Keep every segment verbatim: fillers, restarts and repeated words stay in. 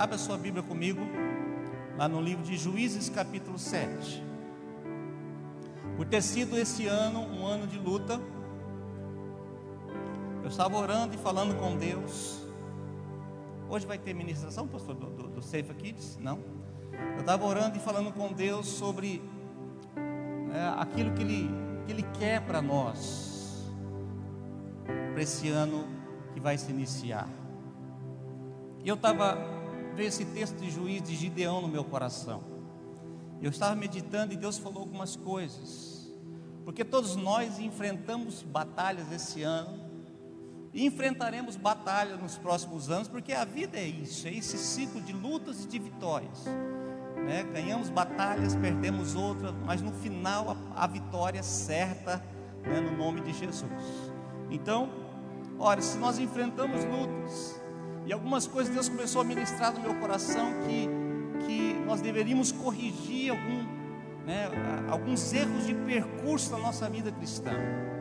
Abra sua Bíblia comigo, lá no livro de Juízes, capítulo sete. Por ter sido esse ano um ano de luta, eu estava orando e falando com Deus. Hoje vai ter ministração, pastor, do, do, do Safe Kids? Não? Eu estava orando e falando com Deus sobre é, aquilo que Ele, que Ele quer para nós, para esse ano que vai se iniciar. E eu estava vendo esse texto de Juízes de Gideão no meu coração. Eu estava meditando e Deus falou algumas coisas, porque todos nós enfrentamos batalhas esse ano, e enfrentaremos batalhas nos próximos anos, porque a vida é isso, é esse ciclo de lutas e de vitórias, né? Ganhamos batalhas, perdemos outras, mas no final a, a vitória é certa, né? No nome de Jesus. Então, olha, se nós enfrentamos lutas, e algumas coisas Deus começou a ministrar no meu coração, que, que nós deveríamos corrigir algum, né, alguns erros de percurso na nossa vida cristã.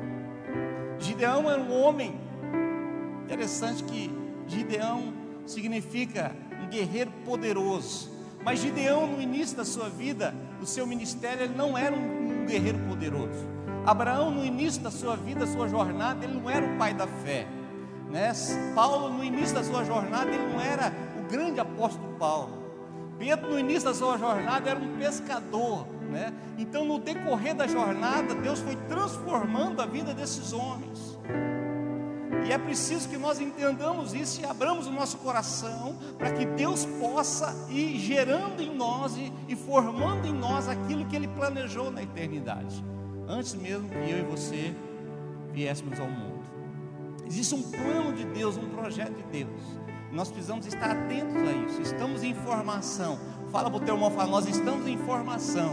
Gideão era um homem, interessante que Gideão significa um guerreiro poderoso, mas Gideão no início da sua vida, do seu ministério, ele não era um, um guerreiro poderoso. Abraão no início da sua vida, sua jornada, ele não era o pai da fé, né? Paulo no início da sua jornada, ele não era o grande apóstolo Paulo. Pedro no início da sua jornada era um pescador, né? Então no decorrer da jornada, Deus foi transformando a vida desses homens. E é preciso que nós entendamos isso e abramos o nosso coração, para que Deus possa ir gerando em nós e, e formando em nós aquilo que Ele planejou na eternidade, antes mesmo que eu e você viéssemos ao mundo. Existe um plano de Deus, um projeto de Deus. Nós precisamos estar atentos a isso. Estamos em formação. Fala para o teu irmão, fala, nós estamos em formação.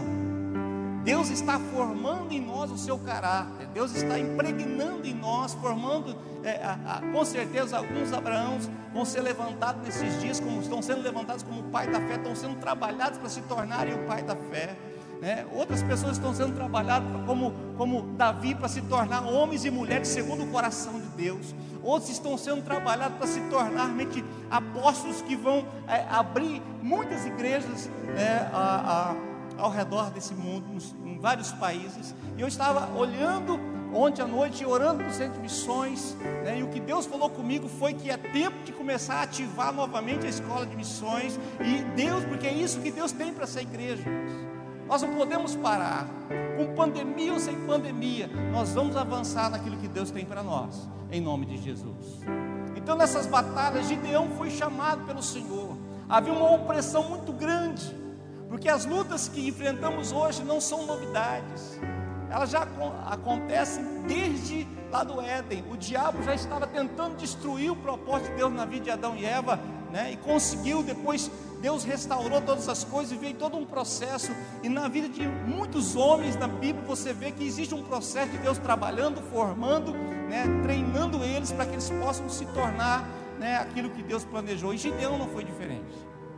Deus está formando em nós o seu caráter. Deus está impregnando em nós, formando, é, a, a, com certeza alguns Abraãos vão ser levantados nesses dias, como estão sendo levantados como pai da fé, estão sendo trabalhados para se tornarem o pai da fé, né? Outras pessoas estão sendo trabalhadas como, como Davi, para se tornar homens e mulheres segundo o coração de Deus. Outros estão sendo trabalhados para se tornar realmente apóstolos que vão é, abrir muitas igrejas é, a, a ao redor desse mundo, em vários países. E eu estava olhando ontem à noite, orando no centro de missões, né, e o que Deus falou comigo foi que é tempo de começar a ativar novamente a escola de missões, e Deus, porque é isso que Deus tem para essa igreja. Nós não podemos parar, com pandemia ou sem pandemia, nós vamos avançar naquilo que Deus tem para nós, em nome de Jesus. Então nessas batalhas, Gideão foi chamado pelo Senhor. Havia uma opressão muito grande, porque as lutas que enfrentamos hoje não são novidades, elas já acontecem desde lá do Éden. O diabo já estava tentando destruir o propósito de Deus na vida de Adão e Eva, né? E conseguiu. Depois Deus restaurou todas as coisas e veio todo um processo. E na vida de muitos homens na Bíblia você vê que existe um processo de Deus trabalhando, formando, né? Treinando eles para que eles possam se tornar, né? Aquilo que Deus planejou. E Gideão não foi diferente.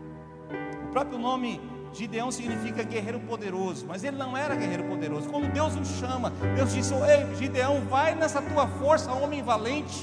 O próprio nome Gideão significa guerreiro poderoso, mas ele não era guerreiro poderoso. Quando Deus o chama, Deus disse: ei, Gideão, vai nessa tua força, homem valente.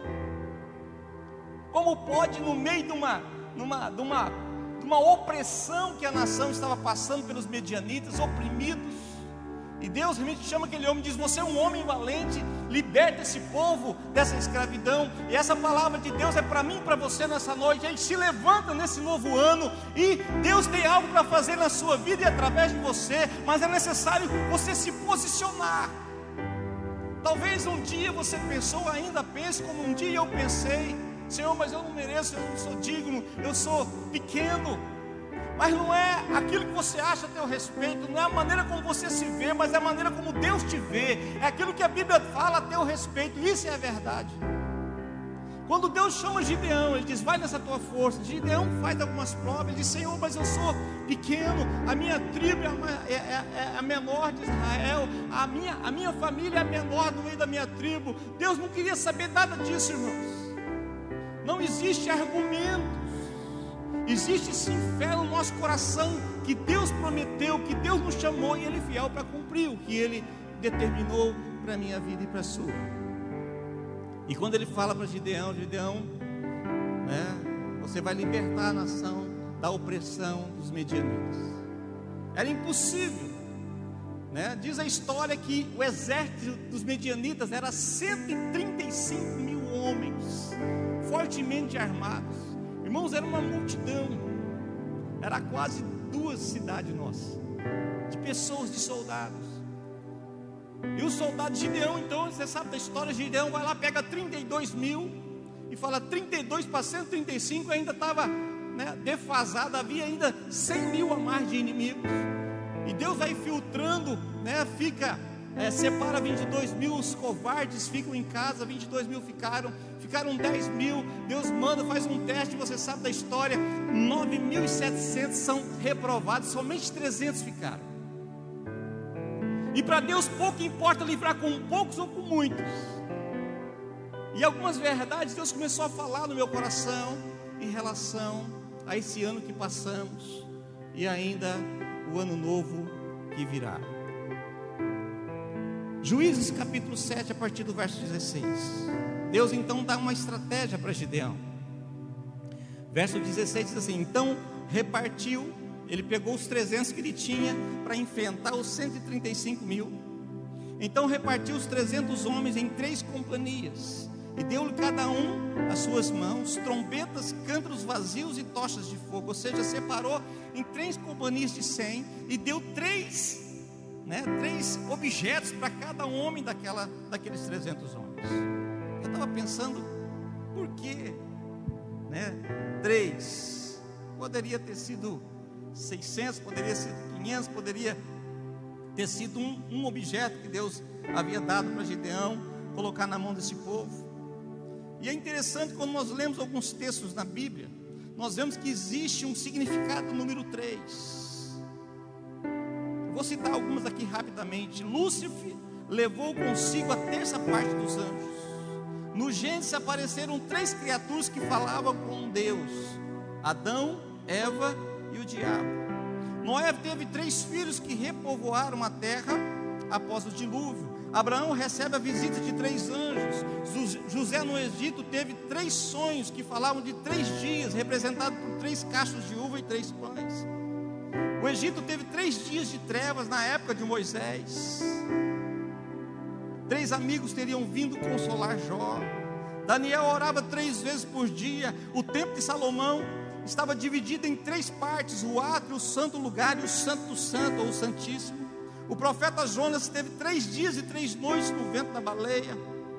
Como pode, no meio de uma, numa, de uma, de uma opressão que a nação estava passando pelos medianitas, oprimidos, e Deus realmente chama aquele homem e diz: você é um homem valente, liberta esse povo dessa escravidão. E essa palavra de Deus é para mim e para você nessa noite. A gente se levanta nesse novo ano, e Deus tem algo para fazer na sua vida e através de você, mas é necessário você se posicionar. Talvez um dia você pensou, ainda pense como um dia eu pensei: Senhor, mas eu não mereço, eu não sou digno, eu sou pequeno. Mas não é aquilo que você acha a teu respeito, não é a maneira como você se vê, mas é a maneira como Deus te vê. É aquilo que a Bíblia fala a teu respeito, isso é a verdade. Quando Deus chama Gideão, Ele diz: vai nessa tua força. Gideão faz algumas provas, ele diz: Senhor, mas eu sou pequeno, a minha tribo é, é, é a menor de Israel, a minha, a minha família é a menor no meio da minha tribo. Deus não queria saber nada disso, irmãos. Não existe argumentos. Existe sim fé no nosso coração, que Deus prometeu, que Deus nos chamou, e Ele é fiel para cumprir o que Ele determinou para a minha vida e para a sua. E quando Ele fala para Gideão, Gideão, né, você vai libertar a nação da opressão dos medianitas. Era impossível, né? Diz a história que o exército dos medianitas era cento e trinta e cinco mil homens, fortemente armados. Irmãos, era uma multidão, era quase duas cidades nossas, de pessoas, de soldados. E o soldado Gideão, então, você sabe da história, Gideão vai lá, pega trinta e dois mil e fala trinta e dois para cento e trinta e cinco, ainda estava, né, defasado, havia ainda cem mil a mais de inimigos. E Deus vai filtrando, né, fica, é, separa vinte e dois mil, os covardes ficam em casa, vinte e dois mil ficaram, ficaram dez mil, Deus manda, faz um teste, você sabe da história, nove mil e setecentos são reprovados, somente trezentos ficaram. E para Deus pouco importa livrar com poucos ou com muitos. E algumas verdades Deus começou a falar no meu coração em relação a esse ano que passamos e ainda o ano novo que virá. Juízes capítulo sete, a partir do verso dezesseis. Deus então dá uma estratégia para Gideão. Verso dezesseis diz assim: então repartiu, ele pegou os trezentos que ele tinha para enfrentar os cento e trinta e cinco mil. Então repartiu os trezentos homens em três companhias e deu-lhe cada um as suas mãos trombetas, cântaros vazios e tochas de fogo. Ou seja, separou em três companhias de cem e deu três, né, três objetos para cada homem daquela, daqueles trezentos homens. Eu estava pensando, por que, né, três? Poderia ter sido seiscentos, poderia ser quinhentos, poderia ter sido um, um objeto que Deus havia dado para Gideão colocar na mão desse povo. E é interessante, quando nós lemos alguns textos na Bíblia, nós vemos que existe um significado número três. Eu vou citar algumas aqui rapidamente. Lúcifer levou consigo a terça parte dos anjos. No Gênesis apareceram três criaturas que falavam com Deus: Adão, Eva e o diabo. Noé teve três filhos que repovoaram a terra após o dilúvio. Abraão recebe a visita de três anjos. José no Egito teve três sonhos que falavam de três dias, representados por três cachos de uva e três pães. O Egito teve três dias de trevas na época de Moisés. Três amigos teriam vindo consolar Jó. Daniel orava três vezes por dia. O templo de Salomão estava dividido em três partes: o átrio, o santo lugar e o santo do santo, ou o santíssimo. O profeta Jonas teve três dias e três noites no ventre da baleia.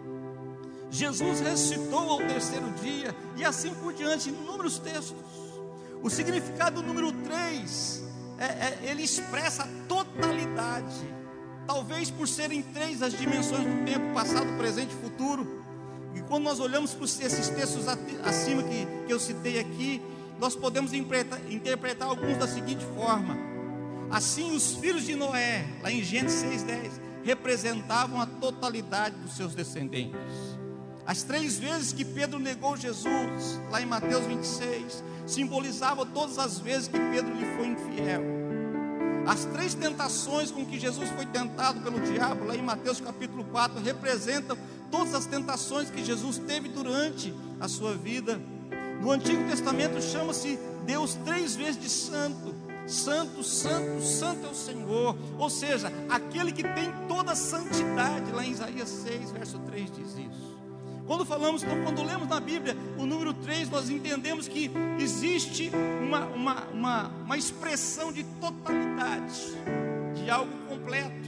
Jesus ressuscitou ao terceiro dia, e assim por diante, inúmeros textos. O significado número três, é, é, ele expressa a totalidade. Talvez por serem três as dimensões do tempo, passado, presente e futuro. E quando nós olhamos para esses textos acima que, que eu citei aqui, nós podemos interpretar, interpretar alguns da seguinte forma: assim, os filhos de Noé, lá em Gênesis seis, dez, representavam a totalidade dos seus descendentes. As três vezes que Pedro negou Jesus, lá em Mateus vinte e seis, simbolizavam todas as vezes que Pedro lhe foi infiel. As três tentações com que Jesus foi tentado pelo diabo, lá em Mateus capítulo quatro, representam todas as tentações que Jesus teve durante a sua vida. No Antigo Testamento chama-se Deus três vezes de santo. Santo, santo, santo é o Senhor. Ou seja, aquele que tem toda a santidade. Lá em Isaías seis, verso três diz isso. Quando falamos, então, quando lemos na Bíblia o número três, nós entendemos que existe uma, uma, uma, uma expressão de totalidade, de algo completo.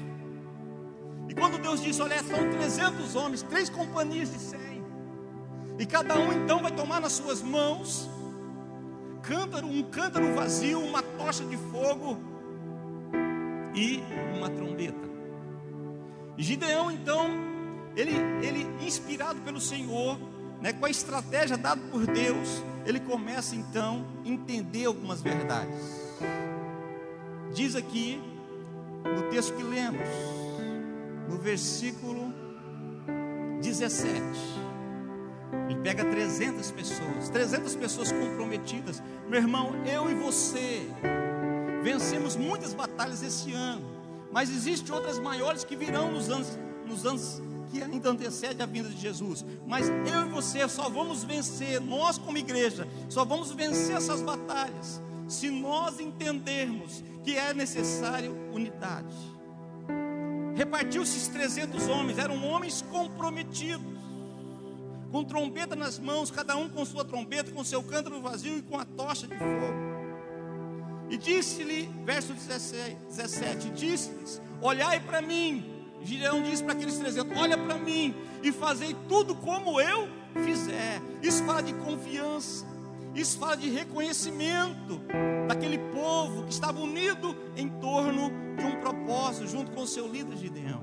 E quando Deus diz: olha, são trezentos homens, três companhias de cem, e cada um então vai tomar nas suas mãos cântaro, um cântaro vazio, uma tocha de fogo e uma trombeta. E Gideão então, ele, ele inspirado pelo Senhor, né, com a estratégia dada por Deus, ele começa então a entender algumas verdades. Diz aqui no texto que lemos, no versículo dezessete, ele pega trezentas pessoas, trezentas pessoas comprometidas. Meu irmão, eu e você vencemos muitas batalhas esse ano, mas existem outras maiores que virão nos anos, nos anos que ainda antecede a vinda de Jesus. Mas eu e você só vamos vencer, nós como igreja, só vamos vencer essas batalhas se nós entendermos que é necessário unidade. Repartiu-se esses trezentos homens, eram homens comprometidos, com trombeta nas mãos, cada um com sua trombeta, com seu cântaro vazio e com a tocha de fogo. E disse-lhe, verso dezessete, disse-lhes: olhai para mim. Gideão disse para aqueles trezentos: olha para mim e fazei tudo como eu fizer. Isso fala de confiança, isso fala de reconhecimento daquele povo que estava unido em torno de um propósito, junto com o seu líder Gideão.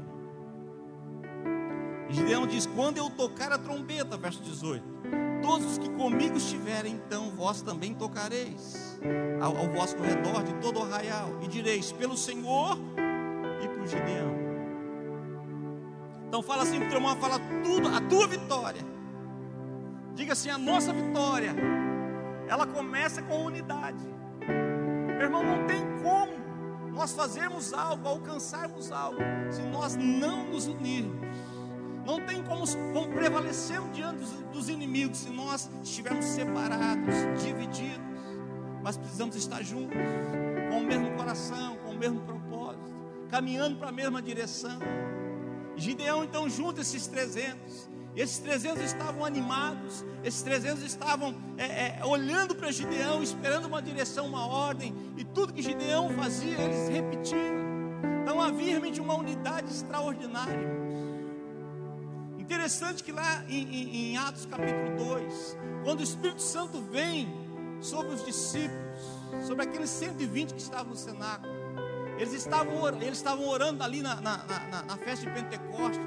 Gideão diz: quando eu tocar a trombeta, verso dezoito, todos os que comigo estiverem, então vós também tocareis ao, ao vosso redor de todo o arraial, e direis: pelo Senhor e por Gideão. Então fala assim para o teu irmão, fala tudo, a tua vitória. Diga assim: a nossa vitória, ela começa com unidade. Meu irmão, não tem como nós fazermos algo, alcançarmos algo, se nós não nos unirmos. Não tem como, como prevalecermos diante dos, dos inimigos se nós estivermos separados, divididos. Mas precisamos estar juntos, com o mesmo coração, com o mesmo propósito, caminhando para a mesma direção. Gideão então junta esses trezentos. Esses trezentos estavam animados. Esses trezentos estavam é, é, olhando para Gideão, esperando uma direção, uma ordem. E tudo que Gideão fazia, eles repetiam. Então havia realmente uma unidade extraordinária. Interessante que lá em, em, em Atos capítulo dois, quando o Espírito Santo vem sobre os discípulos, sobre aqueles cento e vinte que estavam no cenáculo, eles estavam, eles estavam orando ali na, na, na, na festa de Pentecostes.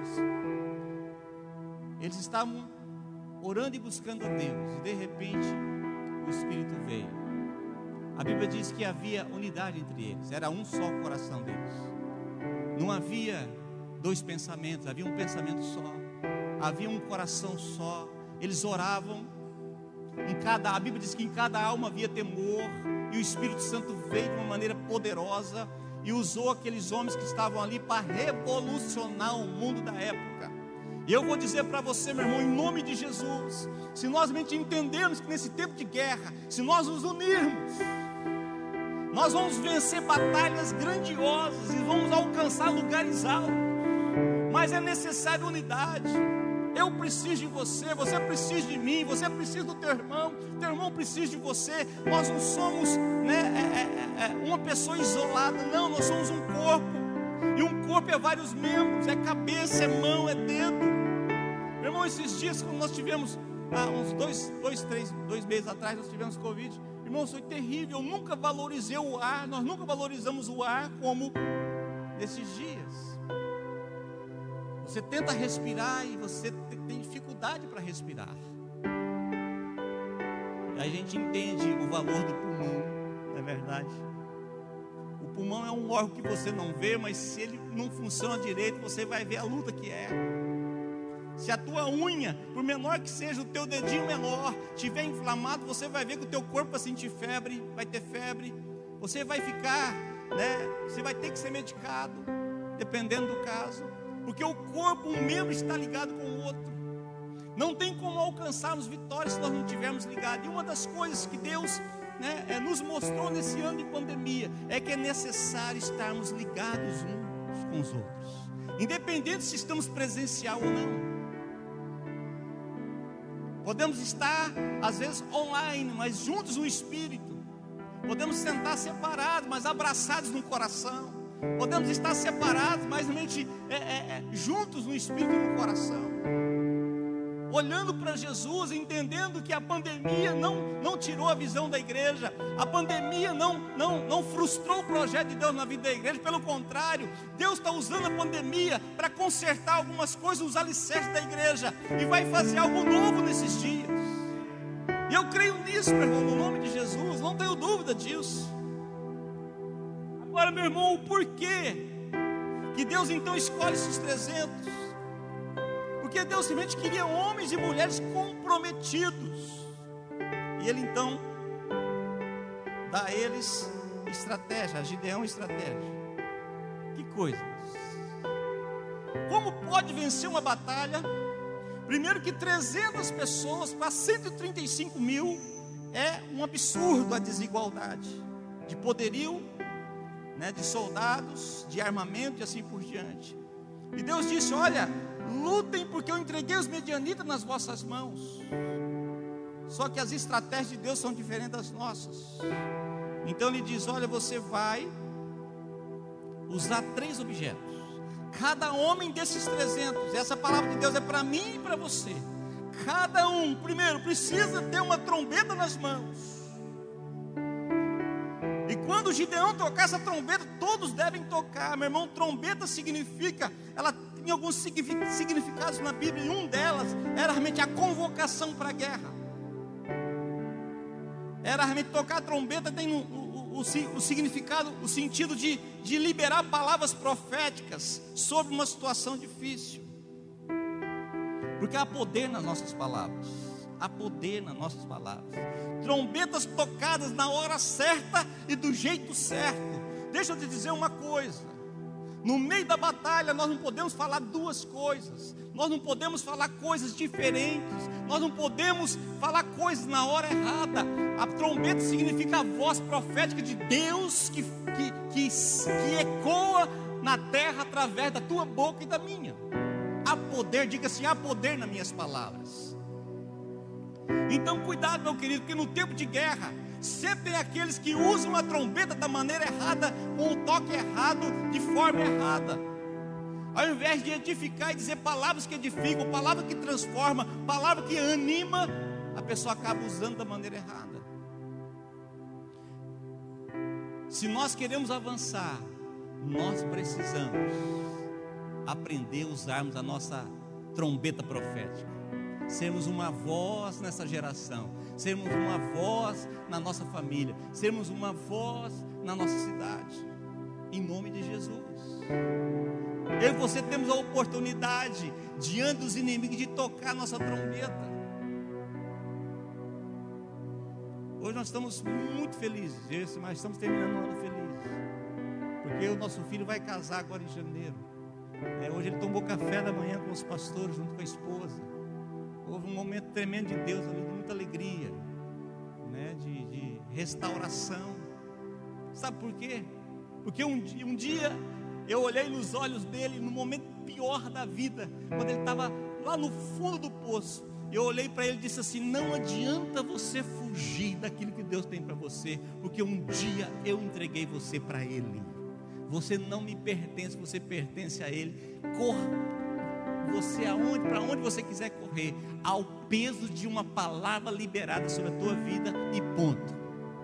Eles estavam orando e buscando a Deus, e de repente o Espírito veio. A Bíblia diz que havia unidade entre eles, era um só o coração deles. Não havia dois pensamentos, havia um pensamento só, havia um coração só. Eles oravam, em cada, a Bíblia diz que em cada alma havia temor, e o Espírito Santo veio de uma maneira poderosa e usou aqueles homens que estavam ali para revolucionar o mundo da época. E eu vou dizer para você, meu irmão, em nome de Jesus, se nós realmente entendermos que nesse tempo de guerra, se nós nos unirmos, nós vamos vencer batalhas grandiosas e vamos alcançar lugares altos. Mas é necessário unidade. Eu preciso de você, você precisa de mim, você precisa do teu irmão, teu irmão precisa de você. Nós não somos, né, é, é, é, uma pessoa isolada, não, nós somos um corpo. E um corpo é vários membros, é cabeça, é mão, é dedo. Meu irmão, esses dias quando nós tivemos, ah, uns dois, dois, três, dois meses atrás nós tivemos Covid. Irmão, foi terrível, eu nunca valorizei o ar, nós nunca valorizamos o ar como nesses dias. Você tenta respirar e você tem dificuldade para respirar. E a gente entende o valor do pulmão, não é verdade? O pulmão é um órgão que você não vê, mas se ele não funciona direito, você vai ver a luta que é. Se a tua unha, por menor que seja o teu dedinho menor, estiver inflamado, você vai ver que o teu corpo vai sentir febre, vai ter febre. Você vai ficar, né? Você vai ter que ser medicado, dependendo do caso. Porque o corpo, um membro está ligado com o outro. Não tem como alcançarmos vitórias se nós não estivermos ligados. E uma das coisas que Deus, né, é, nos mostrou nesse ano de pandemia é que é necessário estarmos ligados uns com os outros, independente se estamos presencial ou não. Podemos estar às vezes online, mas juntos no espírito. Podemos sentar separados, mas abraçados no coração. Podemos estar separados, mas realmente é, é, é, juntos no espírito e no coração. Olhando para Jesus, entendendo que a pandemia não, não tirou a visão da igreja. A pandemia não, não, não frustrou o projeto de Deus na vida da igreja. Pelo contrário, Deus está usando a pandemia para consertar algumas coisas nos alicerces da igreja. E vai fazer algo novo nesses dias. E eu creio nisso, meu irmão, no nome de Jesus. Não tenho dúvida disso. Agora, meu irmão, o porquê que Deus então escolhe esses trezentos? Porque Deus simplesmente queria homens e mulheres comprometidos. E Ele então dá a eles estratégia, a Gideão estratégia. Que coisa! Como pode vencer uma batalha? Primeiro que trezentas pessoas para cento e trinta e cinco mil é um absurdo a desigualdade de poderio, né, de soldados, de armamento e assim por diante. E Deus disse: olha, lutem porque eu entreguei os medianitas nas vossas mãos. Só que as estratégias de Deus são diferentes das nossas. Então Ele diz: olha, você vai usar três objetos. Cada homem desses trezentos, essa palavra de Deus é para mim e para você. Cada um, primeiro, precisa ter uma trombeta nas mãos. E quando Gideão tocar essa trombeta, todos devem tocar. Meu irmão, trombeta significa, ela tem alguns significados na Bíblia, e um delas era realmente a convocação para a guerra. Era realmente tocar a trombeta, tem o, o, o, o significado, o sentido de, de liberar palavras proféticas sobre uma situação difícil. Porque há poder nas nossas palavras. Há poder nas nossas palavras. Trombetas tocadas na hora certa e do jeito certo. Deixa eu te dizer uma coisa: no meio da batalha nós não podemos falar duas coisas. Nós não podemos falar coisas diferentes. Nós não podemos falar coisas na hora errada. A trombeta significa a voz profética de Deus que, que, que, que ecoa na terra através da tua boca e da minha. Há poder, diga assim: há poder nas minhas palavras. Então cuidado, meu querido, porque no tempo de guerra sempre tem aqueles que usam a trombeta da maneira errada, com o toque errado, de forma errada. Ao invés de edificar e dizer palavras que edificam, palavras que transformam, palavras que anima, a pessoa acaba usando da maneira errada. Se nós queremos avançar, nós precisamos aprender a usarmos a nossa trombeta profética. Sermos uma voz nessa geração, sermos uma voz na nossa família, sermos uma voz na nossa cidade, em nome de Jesus. Eu e você temos a oportunidade, diante dos inimigos, de tocar a nossa trombeta. Hoje nós estamos muito felizes, mas estamos terminando o ano felizes, porque o nosso filho vai casar agora em janeiro. É, hoje ele tomou café da manhã com os pastores, junto com a esposa. Houve um momento tremendo de Deus ali, de muita alegria, né, de, de restauração. Sabe por quê? Porque um, um dia eu olhei nos olhos dele, no momento pior da vida, quando ele estava lá no fundo do poço. Eu olhei para ele e disse assim: não adianta você fugir daquilo que Deus tem para você, porque um dia eu entreguei você para Ele. Você não me pertence, você pertence a Ele. Corra. Você aonde, para onde você quiser correr, ao peso de uma palavra liberada sobre a tua vida, e ponto.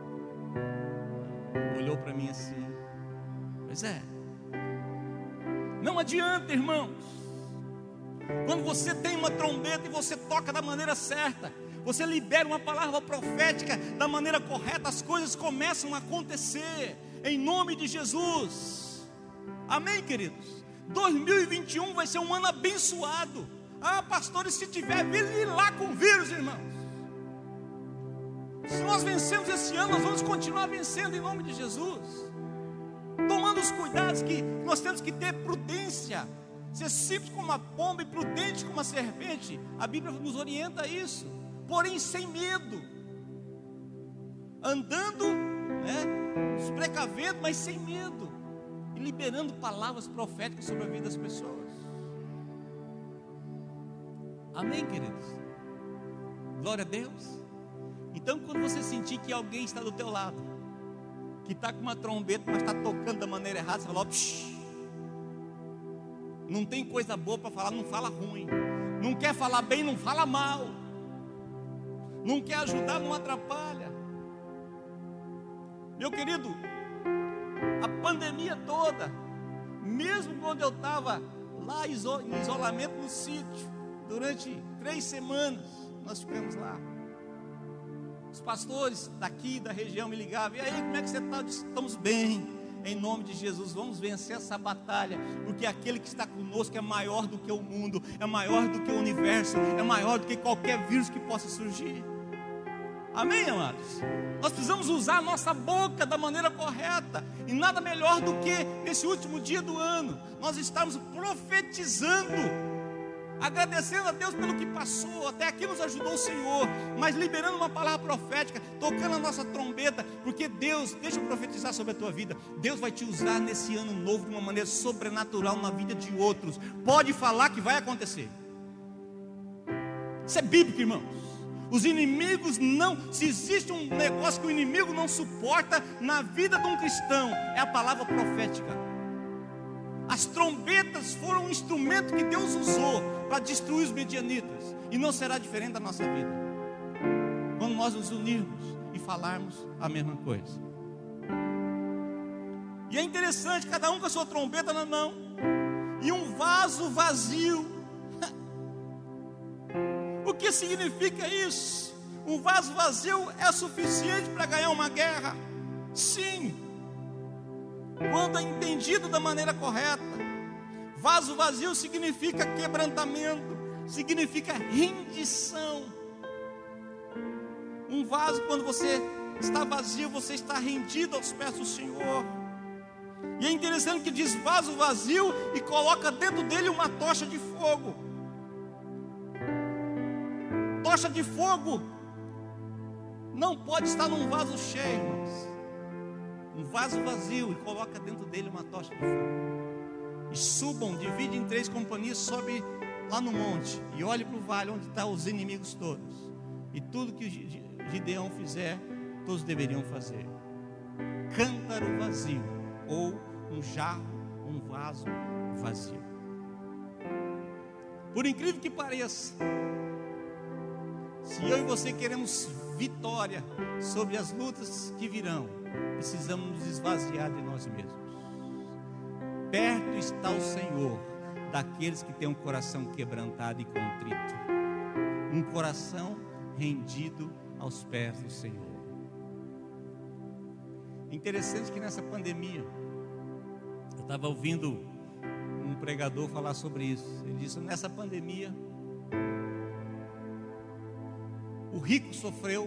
Olhou para mim assim: pois é, não adianta, irmãos. Quando você tem uma trombeta e você toca da maneira certa, você libera uma palavra profética da maneira correta, as coisas começam a acontecer, em nome de Jesus. Amém, queridos? dois mil e vinte e um vai ser um ano abençoado. Ah, pastores, se tiver, vire lá com vírus, irmãos. Se nós vencemos esse ano, nós vamos continuar vencendo em nome de Jesus, tomando os cuidados que nós temos que ter. Prudência, ser simples como a pomba e prudente como a serpente. A Bíblia nos orienta a isso, porém sem medo, andando, né, nos precavendo, mas sem medo, liberando palavras proféticas sobre a vida das pessoas. Amém, queridos? Glória a Deus. Então, quando você sentir que alguém está do teu lado, que está com uma trombeta, mas está tocando da maneira errada, você fala: psh, não tem coisa boa para falar, não fala ruim. Não quer falar bem, não fala mal. Não quer ajudar, não atrapalha. Meu querido, a pandemia toda, mesmo quando eu estava lá em isolamento no sítio, durante três semanas, nós ficamos lá. Os pastores daqui da região me ligavam: e aí, como é que você está? Estamos bem, em nome de Jesus, vamos vencer essa batalha, porque aquele que está conosco é maior do que o mundo, é maior do que o universo, é maior do que qualquer vírus que possa surgir. Amém, amados? Nós precisamos usar a nossa boca da maneira correta. E nada melhor do que nesse último dia do ano nós estamos profetizando, agradecendo a Deus pelo que passou. Até aqui nos ajudou o Senhor, mas liberando uma palavra profética, tocando a nossa trombeta, porque Deus, deixa eu profetizar sobre a tua vida, Deus vai te usar nesse ano novo de uma maneira sobrenatural na vida de outros. Pode falar que vai acontecer. Isso é bíblico, irmãos. Os inimigos não, se existe um negócio que o inimigo não suporta na vida de um cristão, é a palavra profética. As trombetas foram um instrumento que Deus usou para destruir os medianitas, e não será diferente da nossa vida, quando nós nos unirmos e falarmos a mesma coisa. E é interessante, cada um com a sua trombeta na mão, e um vaso vazio. O que significa isso? Um vaso vazio é suficiente para ganhar uma guerra? Sim, quando é entendido da maneira correta. Vaso vazio significa quebrantamento, significa rendição. Um vaso, quando você está vazio, você está rendido aos pés do Senhor. E é interessante que diz vaso vazio e coloca dentro dele uma tocha de fogo. Tocha de fogo não pode estar num vaso cheio, irmãos. Um vaso vazio e coloca dentro dele uma tocha de fogo. E subam, divide em três companhias, sobe lá no monte e olhe para o vale onde estão os inimigos todos. E tudo que Gideão fizer, todos deveriam fazer. Cântaro vazio, ou um jarro, um vaso vazio. Por incrível que pareça, se eu e você queremos vitória sobre as lutas que virão, precisamos nos esvaziar de nós mesmos. Perto está o Senhor daqueles que têm um coração quebrantado e contrito, um coração rendido aos pés do Senhor. Interessante que nessa pandemia, eu estava ouvindo um pregador falar sobre isso. Ele disse: nessa pandemia, o rico sofreu,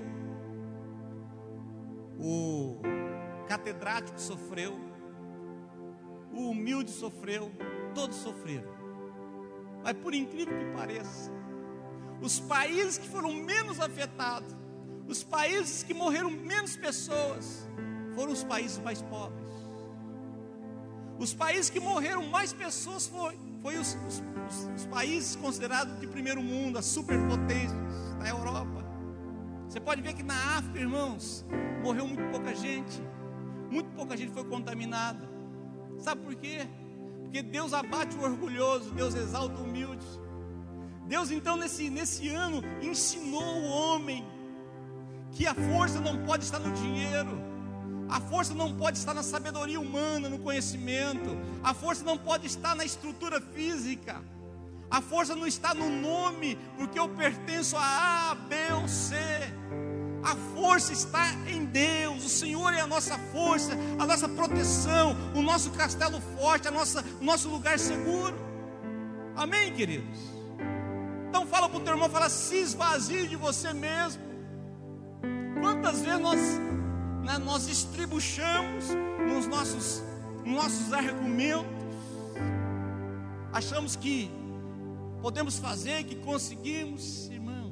o catedrático sofreu, o humilde sofreu, todos sofreram. Mas por incrível que pareça, os países que foram menos afetados, os países que morreram menos pessoas, foram os países mais pobres. Os países que morreram mais pessoas foi, foi os, os, os, os países considerados de primeiro mundo, as superpotências da Europa. Você pode ver que na África, irmãos, morreu muito pouca gente, muito pouca gente foi contaminada. Sabe por quê? Porque Deus abate o orgulhoso, Deus exalta o humilde. Deus então nesse, nesse ano ensinou o homem que a força não pode estar no dinheiro, a força não pode estar na sabedoria humana, no conhecimento, a força não pode estar na estrutura física, a força não está no nome, porque eu pertenço a A, B ou C. A força está em Deus. O Senhor é a nossa força, a nossa proteção, o nosso castelo forte, a nossa, o nosso lugar seguro. Amém, queridos? Então fala para o teu irmão, fala: se esvazie de você mesmo. Quantas vezes nós, né, nós estribuchamos nos nossos, nos nossos argumentos, achamos que podemos fazer, que conseguimos. Irmãos,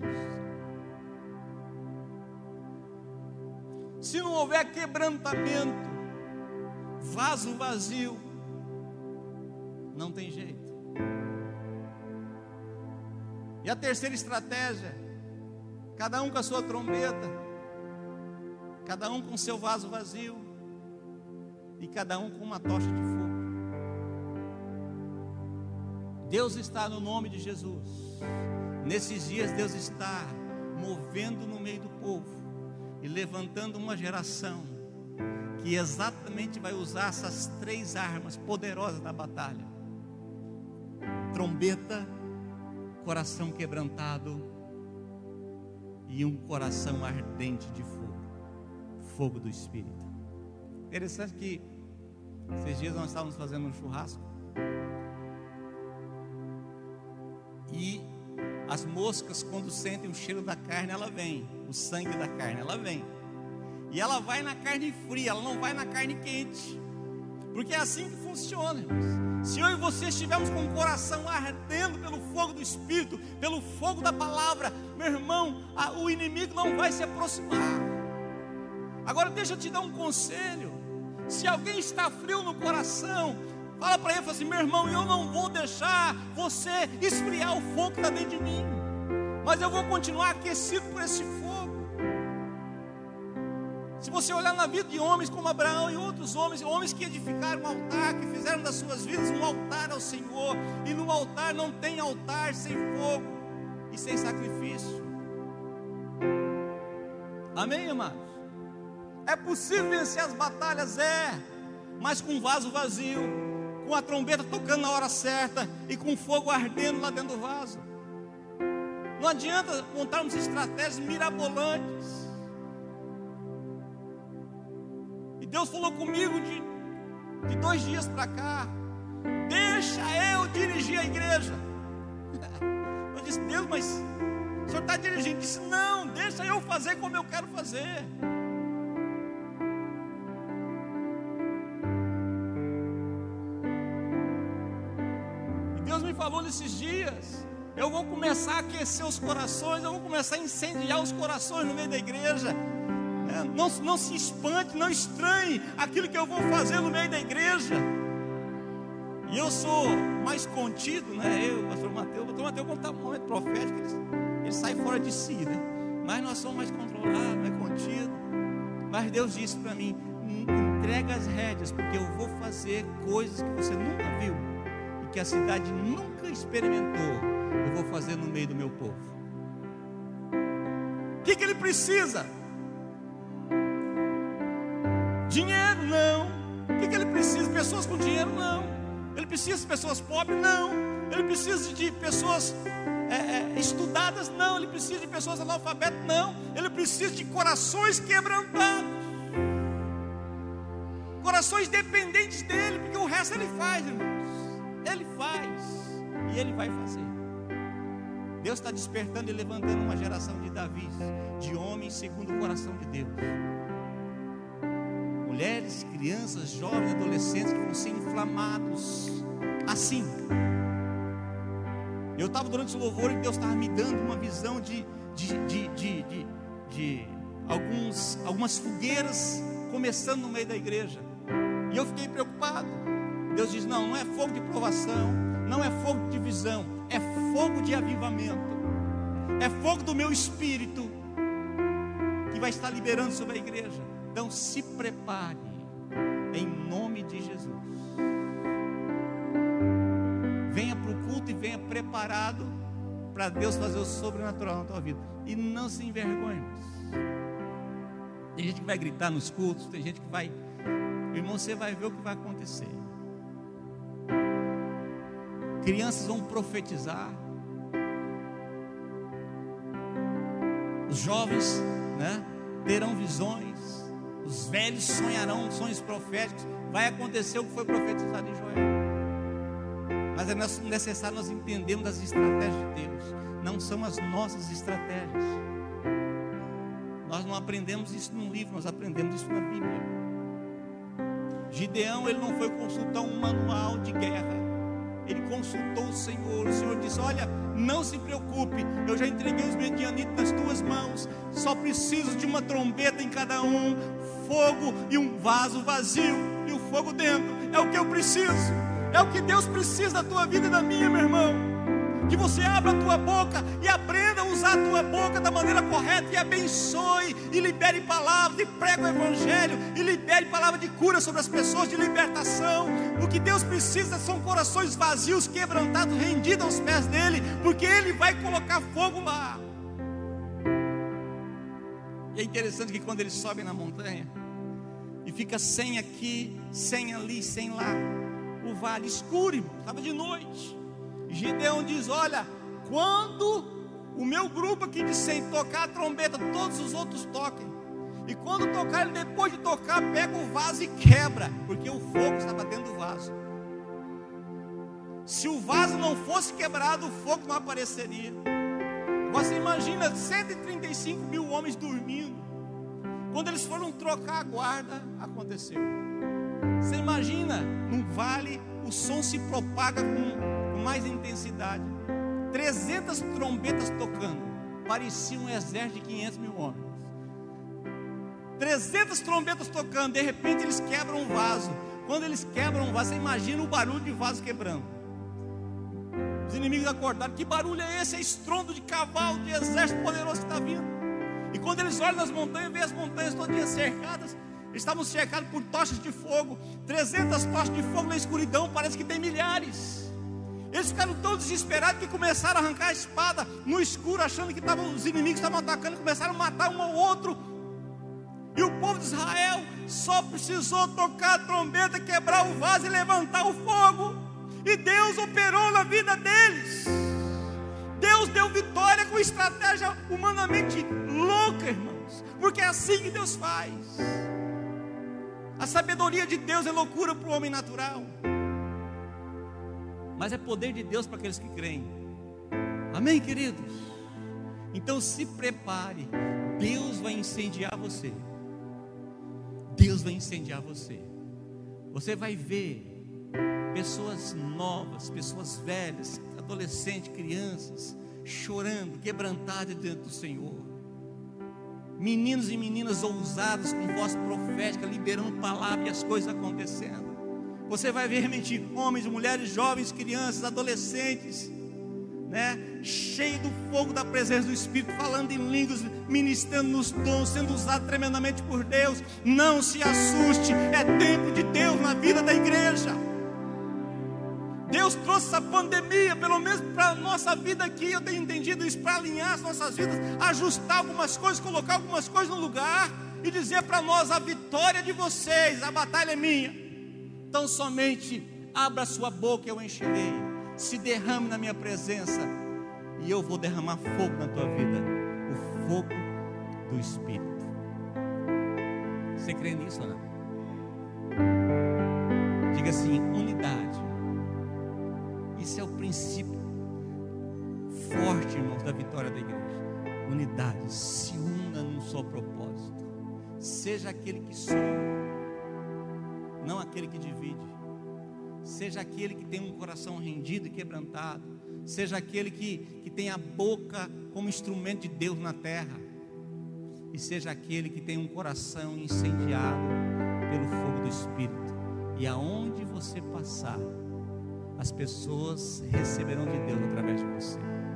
se não houver quebrantamento, vaso vazio, não tem jeito. E a terceira estratégia, cada um com a sua trombeta, cada um com o seu vaso vazio, e cada um com uma tocha de fogo. Deus está no nome de Jesus. Nesses dias Deus está movendo no meio do povo e levantando uma geração que exatamente vai usar essas três armas poderosas da batalha: trombeta, coração quebrantado e um coração ardente de fogo, fogo do Espírito. Interessante que esses dias nós estávamos fazendo um churrasco e as moscas, quando sentem o cheiro da carne, ela vem. o sangue da carne, ela vem. E ela vai na carne fria, ela não vai na carne quente. Porque é assim que funciona, irmãos. Se eu e você estivermos com o coração ardendo pelo fogo do Espírito, pelo fogo da palavra, meu irmão, a, o inimigo não vai se aproximar. Agora deixa eu te dar um conselho. Se alguém está frio no coração, fala para ele, fala assim: meu irmão, eu não vou deixar você esfriar o fogo que está dentro de mim, mas eu vou continuar aquecido por esse fogo. Se você olhar na vida de homens como Abraão e outros homens, homens que edificaram um altar, que fizeram das suas vidas um altar ao Senhor, e no altar não tem altar sem fogo e sem sacrifício. Amém, amados? É possível vencer as batalhas, é, mas com um vaso vazio, com a trombeta tocando na hora certa e com fogo ardendo lá dentro do vaso. Não adianta montarmos estratégias mirabolantes. E Deus falou comigo de, de dois dias para cá: deixa eu dirigir a igreja. Eu disse: Deus, mas o senhor está dirigindo? Ele disse: não, deixa eu fazer como eu quero fazer. E Deus me falou nesses dias: eu vou começar a aquecer os corações, eu vou começar a incendiar os corações no meio da igreja. Não, não se espante, não estranhe aquilo que eu vou fazer no meio da igreja. E eu sou mais contido, né? Eu, o pastor Mateus, o pastor Mateus, quando está no momento profético, ele, ele sai fora de si, né? Mas nós somos mais controlados, mais contidos. Mas Deus disse para mim: entrega as rédeas, porque eu vou fazer coisas que você nunca viu e que a cidade nunca experimentou. Eu vou fazer no meio do meu povo. O que, que ele precisa? Dinheiro? Não. O que, que ele precisa? Pessoas com dinheiro? Não. Ele precisa de pessoas pobres? Não. Ele precisa de pessoas é, é, estudadas? Não. Ele precisa de pessoas analfabetas? Não. Ele precisa de corações quebrantados, corações dependentes dele, porque o resto ele faz, irmãos. Ele faz e ele vai fazer. Deus está despertando e levantando uma geração de Davis, de homens segundo o coração de Deus. Mulheres, crianças, jovens, adolescentes que vão ser inflamados assim. Eu estava durante o louvor e Deus estava me dando uma visão de, de, de, de, de, de alguns, algumas fogueiras começando no meio da igreja. E eu fiquei preocupado. Deus diz: não, não é fogo de provação, não é fogo de divisão, é fogo de avivamento. É fogo do meu espírito que vai estar liberando sobre a igreja. Então se prepare, em nome de Jesus. Venha para o culto e venha preparado para Deus fazer o sobrenatural na tua vida. E não se envergonhe. Tem gente que vai gritar nos cultos, tem gente que vai... Irmão, você vai ver o que vai acontecer. Crianças vão profetizar. Os jovens, né, terão visões. Os velhos sonharão sonhos proféticos. Vai acontecer o que foi profetizado em Joel. Mas é necessário nós entendermos as estratégias de Deus. Não são as nossas estratégias. Nós não aprendemos isso num livro, nós aprendemos isso na Bíblia. Gideão, ele não foi consultar um manual de guerra. Ele consultou o Senhor. O Senhor disse: olha, não se preocupe, eu já entreguei os medianitas nas tuas mãos. Só preciso de uma trombeta em cada um, fogo e um vaso vazio e o fogo dentro. É o que eu preciso. É o que Deus precisa da tua vida e da minha, meu irmão. Que você abra a tua boca e aprenda a usar a tua boca da maneira correta e abençoe e libere palavras e pregue o evangelho e libere palavra de cura sobre as pessoas, de libertação. O que Deus precisa são corações vazios, quebrantados, rendidos aos pés dele, porque ele vai colocar fogo lá. E é interessante que quando eles sobem na montanha e fica sem aqui, sem ali, sem lá, o vale escuro, estava de noite. Gideão diz: olha, quando o meu grupo aqui de cem tocar a trombeta, todos os outros toquem. E quando tocar, ele depois de tocar, pega o vaso e quebra, porque o fogo estava dentro do vaso. Se o vaso não fosse quebrado, o fogo não apareceria. Você imagina cento e trinta e cinco mil homens dormindo. Quando eles foram trocar a guarda, aconteceu. Você imagina, num vale, o som se propaga com, com mais intensidade. trezentas trombetas tocando. Parecia um exército de quinhentos mil homens. trezentas trombetas tocando. De repente eles quebram um vaso. Quando eles quebram um vaso, você imagina o barulho de vaso quebrando. Os inimigos acordaram. Que barulho é esse? É estrondo de cavalo, de exército poderoso que está vindo. E quando eles olham nas montanhas, veem as montanhas todas cercadas. Eles estavam cercados por tochas de fogo. trezentas tochas de fogo na escuridão. Parece que tem milhares. Eles ficaram tão desesperados que começaram a arrancar a espada no escuro, achando que tavam, os inimigos estavam atacando. Começaram a matar um ao outro. E o povo de Israel só precisou tocar a trombeta, quebrar o vaso e levantar o fogo. E Deus operou na vida deles. Deus deu vitória com estratégia humanamente louca, irmãos. Porque é assim que Deus faz. A sabedoria de Deus é loucura para o homem natural, mas é poder de Deus para aqueles que creem. Amém, queridos? Então se prepare. Deus vai incendiar você. Deus vai incendiar você. Você vai ver pessoas novas, pessoas velhas, adolescentes, crianças, chorando, quebrantadas diante do Senhor. Meninos e meninas ousados, com voz profética, liberando palavra e as coisas acontecendo. Você vai ver realmente homens, mulheres, jovens, crianças, adolescentes, né, cheio do fogo da presença do Espírito, falando em línguas, ministrando nos dons, sendo usado tremendamente por Deus. Não se assuste, é tempo de Deus na vida da igreja. Deus trouxe essa pandemia, pelo menos para a nossa vida aqui, eu tenho entendido isso, para alinhar as nossas vidas, ajustar algumas coisas, colocar algumas coisas no lugar e dizer para nós: a vitória de vocês, a batalha é minha. Então somente abra sua boca, eu encherei. Se derrame na minha presença e eu vou derramar fogo na tua vida, o fogo do Espírito. Você crê nisso ou não? Diga assim: unidade. Isso é o princípio forte, irmãos, da vitória da igreja. Unidade. Se una num só propósito. Seja aquele que soma, não aquele que divide. Seja aquele que tem um coração rendido e quebrantado. Seja aquele que, que tem a boca como instrumento de Deus na terra. E seja aquele que tem um coração incendiado pelo fogo do Espírito. E aonde você passar, as pessoas receberão de Deus através de você.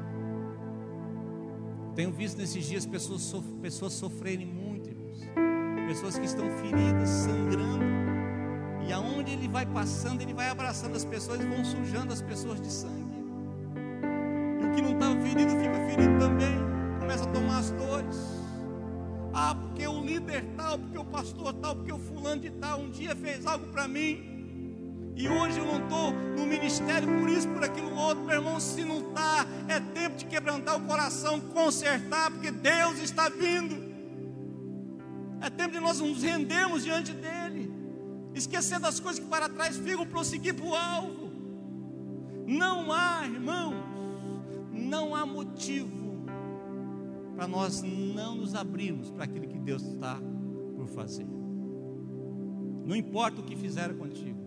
Tenho visto nesses dias pessoas, sof pessoas sofrerem muito, irmãos. Pessoas que estão feridas, sangrando. E aonde ele vai passando, ele vai abraçando as pessoas e vão sujando as pessoas de sangue. E o que não estava ferido fica ferido também. Começa a tomar as dores. Ah, porque o líder tal, porque o pastor tal, porque o fulano de tal um dia fez algo para mim. E hoje eu não estou no ministério por isso, por aquilo outro. Meu irmão, se não está, é tempo de quebrantar o coração, consertar, porque Deus está vindo. É tempo de nós nos rendermos diante dEle, esquecer das coisas que para trás ficam, prosseguir para o alvo. Não há, irmãos, não há motivo para nós não nos abrirmos para aquilo que Deus está por fazer. Não importa o que fizeram contigo.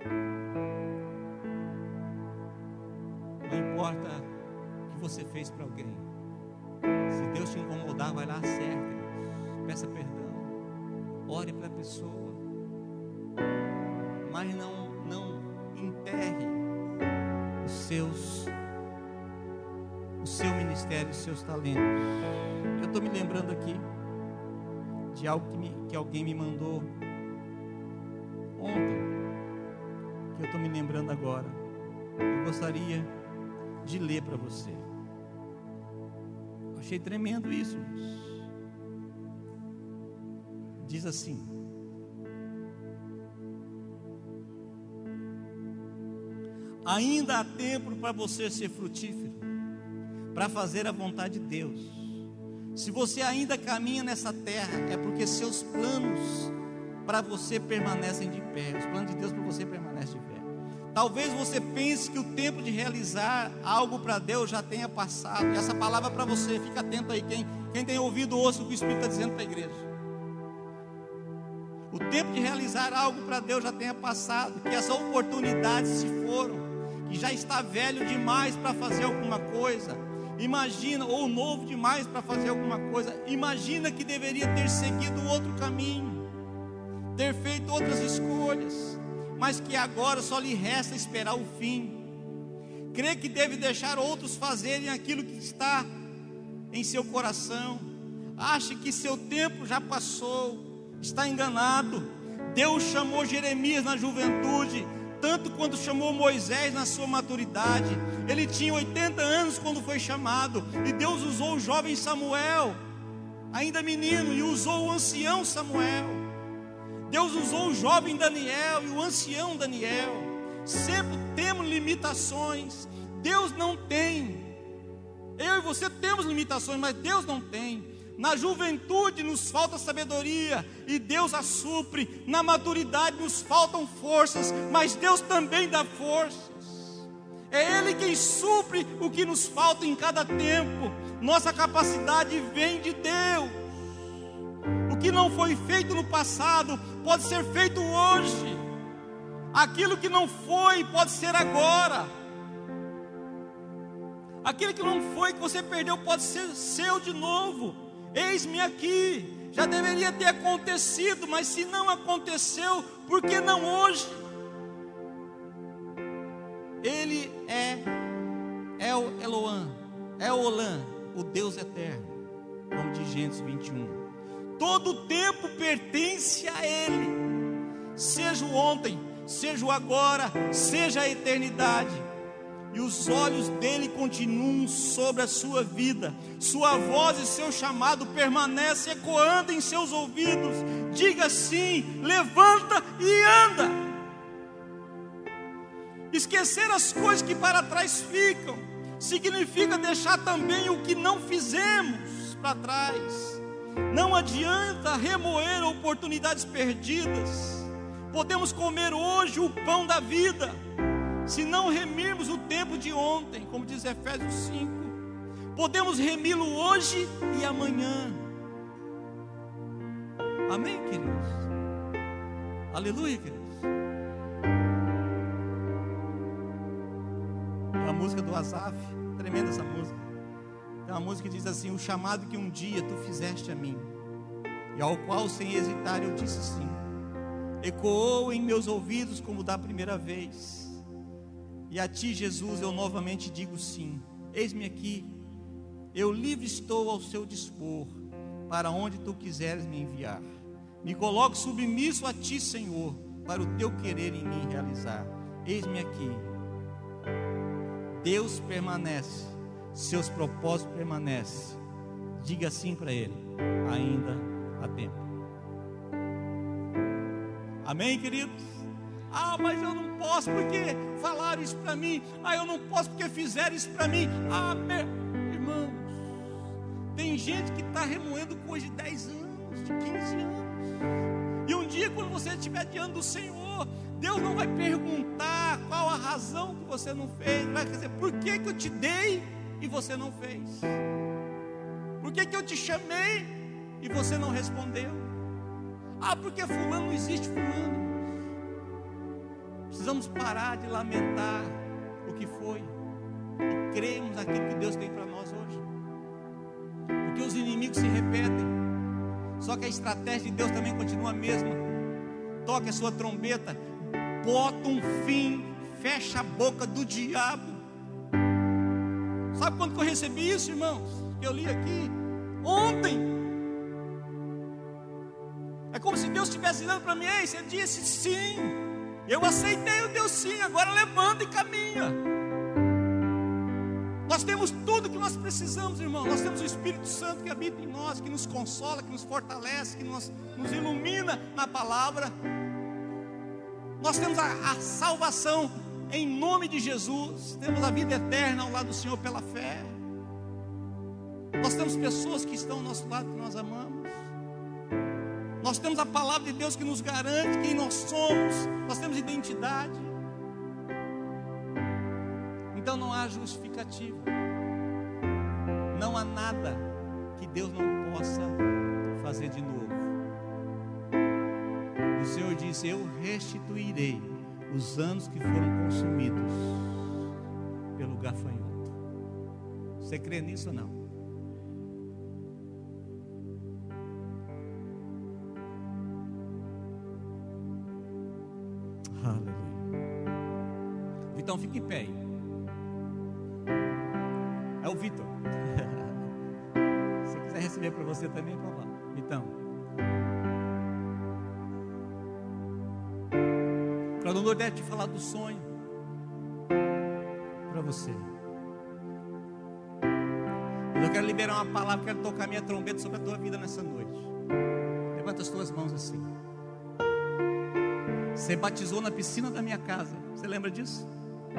Não importa o que você fez para alguém. Se Deus te incomodar, vai lá, acerta, peça perdão, ore para a pessoa, mas não, não enterre os seus, o seu ministério, os seus talentos. Eu estou me lembrando aqui de algo que, me, que alguém me mandou ontem, que eu estou me lembrando agora. Eu gostaria de ler para você. Eu achei tremendo isso, irmãos. Diz assim: ainda há tempo para você ser frutífero, para fazer a vontade de Deus. Se você ainda caminha nessa terra, é porque seus planos para você permanecem de pé. Os planos de Deus para você permanecem de pé. Talvez você pense que o tempo de realizar algo para Deus já tenha passado. E essa palavra é para você, fica atento aí. Quem, quem tem ouvido, ouça o que o Espírito está dizendo para a igreja. O tempo de realizar algo para Deus já tenha passado. Que as oportunidades se foram. Que já está velho demais para fazer alguma coisa. Imagina, ou novo demais para fazer alguma coisa. Imagina que deveria ter seguido outro caminho. Ter feito outras escolhas. Mas que agora só lhe resta esperar o fim. Crê que deve deixar outros fazerem aquilo que está em seu coração. Acha que seu tempo já passou. Está enganado. Deus chamou Jeremias na juventude, tanto quanto chamou Moisés na sua maturidade. Ele tinha oitenta anos quando foi chamado. E Deus usou o jovem Samuel, ainda menino, e usou o ancião Samuel. Deus usou o jovem Daniel e o ancião Daniel. Sempre temos limitações. Deus não tem. Eu e você temos limitações, mas Deus não tem. Na juventude nos falta sabedoria e Deus a supre. Na maturidade nos faltam forças, mas Deus também dá forças. É Ele quem supre o que nos falta em cada tempo. Nossa capacidade vem de Deus. O que não foi feito no passado pode ser feito hoje. Aquilo que não foi pode ser agora. Aquilo que não foi, que você perdeu, pode ser seu de novo. Eis-me aqui. Já deveria ter acontecido, mas se não aconteceu, por que não hoje? Ele é El Eloã, Eolã, o Deus eterno, como diz Gênesis vinte e um. Todo o tempo pertence a Ele, seja o ontem, seja o agora, seja a eternidade. E os olhos dele continuam sobre a sua vida. Sua voz e seu chamado permanecem ecoando em seus ouvidos. Diga sim, levanta e anda. Esquecer as coisas que para trás ficam significa deixar também o que não fizemos para trás. Não adianta remoer oportunidades perdidas. Podemos comer hoje o pão da vida, se não remirmos o tempo de ontem, como diz Efésios cinco. Podemos remi-lo hoje e amanhã. Amém, queridos? Aleluia, queridos. É a música do Asaf, tremenda essa música. É uma música que diz assim: o chamado que um dia tu fizeste a mim, e ao qual sem hesitar eu disse sim, ecoou em meus ouvidos como da primeira vez. E a ti, Jesus, eu novamente digo sim. Eis-me aqui, eu livre estou ao seu dispor, para onde tu quiseres me enviar. Me coloco submisso a ti, Senhor, para o teu querer em mim realizar. Eis-me aqui. Deus permanece, seus propósitos permanecem. Diga sim para Ele, ainda há tempo. Amém, queridos? Ah, mas eu não posso porque falaram isso para mim. Ah, eu não posso porque fizeram isso para mim. Ah, meu... irmãos, tem gente que está remoendo coisa de dez anos, de quinze anos. E um dia, quando você estiver diante do Senhor, Deus não vai perguntar qual a razão que você não fez. Vai dizer: por que que eu te dei e você não fez? Por que que eu te chamei e você não respondeu? Ah, porque fulano não existe fulano. Precisamos parar de lamentar o que foi e cremos naquilo que Deus tem para nós hoje. Porque os inimigos se repetem, só que a estratégia de Deus também continua a mesma. Toque a sua trombeta, bota um fim, fecha a boca do diabo. Sabe quando que eu recebi isso, irmãos? Que eu li aqui ontem. É como se Deus estivesse dizendo para mim: ei, você disse sim, eu aceitei o Deus sim, agora levanta e caminha. Nós temos tudo que nós precisamos, irmão. Nós temos o Espírito Santo que habita em nós, que nos consola, que nos fortalece, que nos, nos ilumina na palavra. Nós temos a, a salvação em nome de Jesus. Temos a vida eterna ao lado do Senhor pela fé. Nós temos pessoas que estão ao nosso lado, que nós amamos. Nós temos a palavra de Deus que nos garante quem nós somos. Nós temos identidade. Então não há justificativa, não há nada que Deus não possa fazer de novo. O Senhor disse: eu restituirei os anos que foram consumidos pelo gafanhoto. Você crê nisso ou não? Aleluia. Vitão, fica em pé aí. É o Vitor. Se você quiser receber para você também, vamos lá. Vitão. O Adonai deve te falar do sonho para você. Eu quero liberar uma palavra, quero tocar minha trombeta sobre a tua vida nessa noite. Levanta as tuas mãos assim. Você batizou na piscina da minha casa. Você lembra disso?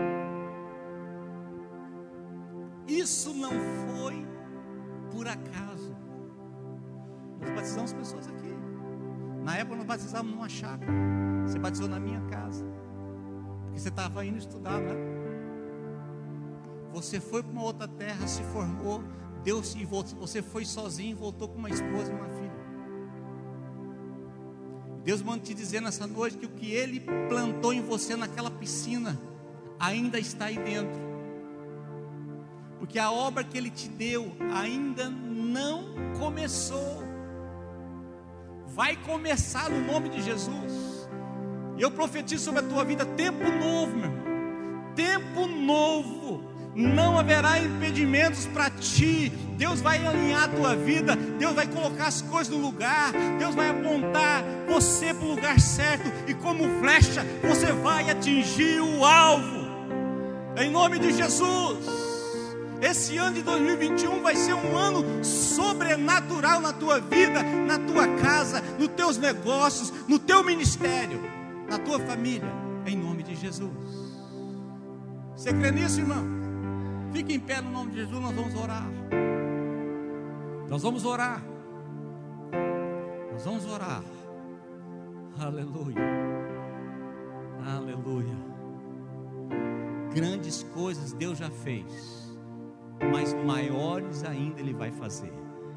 Isso não foi por acaso. Nós batizamos pessoas aqui. Na época nós batizávamos numa chácara. Você batizou na minha casa, porque você estava indo estudar, né? Você foi para uma outra terra, se formou, Deus, e você foi sozinho e voltou com uma esposa e uma filha. Deus manda te dizer nessa noite que o que Ele plantou em você naquela piscina ainda está aí dentro, porque a obra que Ele te deu ainda não começou. Vai começar no nome de Jesus. E eu profetizo sobre a tua vida tempo novo, meu irmão. Tempo novo. Não haverá impedimentos para ti. Deus vai alinhar a tua vida. Deus vai colocar as coisas no lugar. Deus vai apontar você para o lugar certo. E como flecha, você vai atingir o alvo. Em nome de Jesus. Esse ano de dois mil e vinte e um vai ser um ano sobrenatural na tua vida, na tua casa, nos teus negócios, no teu ministério, na tua família, em nome de Jesus. Você crê nisso, irmão? Fique em pé no nome de Jesus, nós vamos orar. Nós vamos orar. Nós vamos orar. Aleluia. Aleluia. Grandes coisas Deus já fez, mas maiores ainda Ele vai fazer.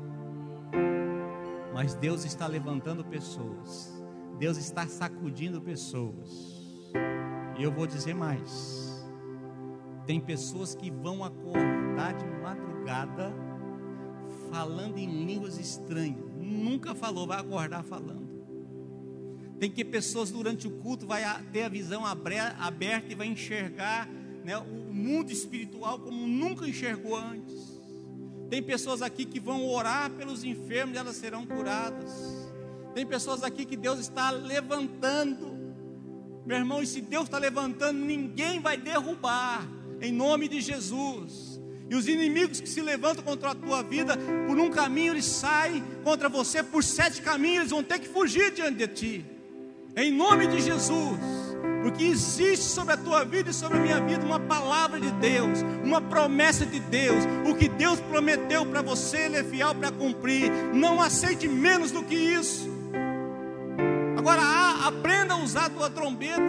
Mas Deus está levantando pessoas. Deus está sacudindo pessoas. E eu vou dizer mais. Tem pessoas que vão acordar de madrugada falando em línguas estranhas. Nunca falou, vai acordar falando. Tem que pessoas durante o culto vai ter a visão aberta e vai enxergar, né, o mundo espiritual como nunca enxergou antes. Tem pessoas aqui que vão orar pelos enfermos e elas serão curadas. Tem pessoas aqui que Deus está levantando, meu irmão, e se Deus está levantando, ninguém vai derrubar, em nome de Jesus. E os inimigos que se levantam contra a tua vida, por um caminho eles saem contra você, por sete caminhos eles vão ter que fugir diante de ti, em nome de Jesus. Porque existe sobre a tua vida e sobre a minha vida uma palavra de Deus, uma promessa de Deus. O que Deus prometeu para você, Ele é fiel para cumprir. Não aceite menos do que isso. Agora, aprenda a usar a tua trombeta.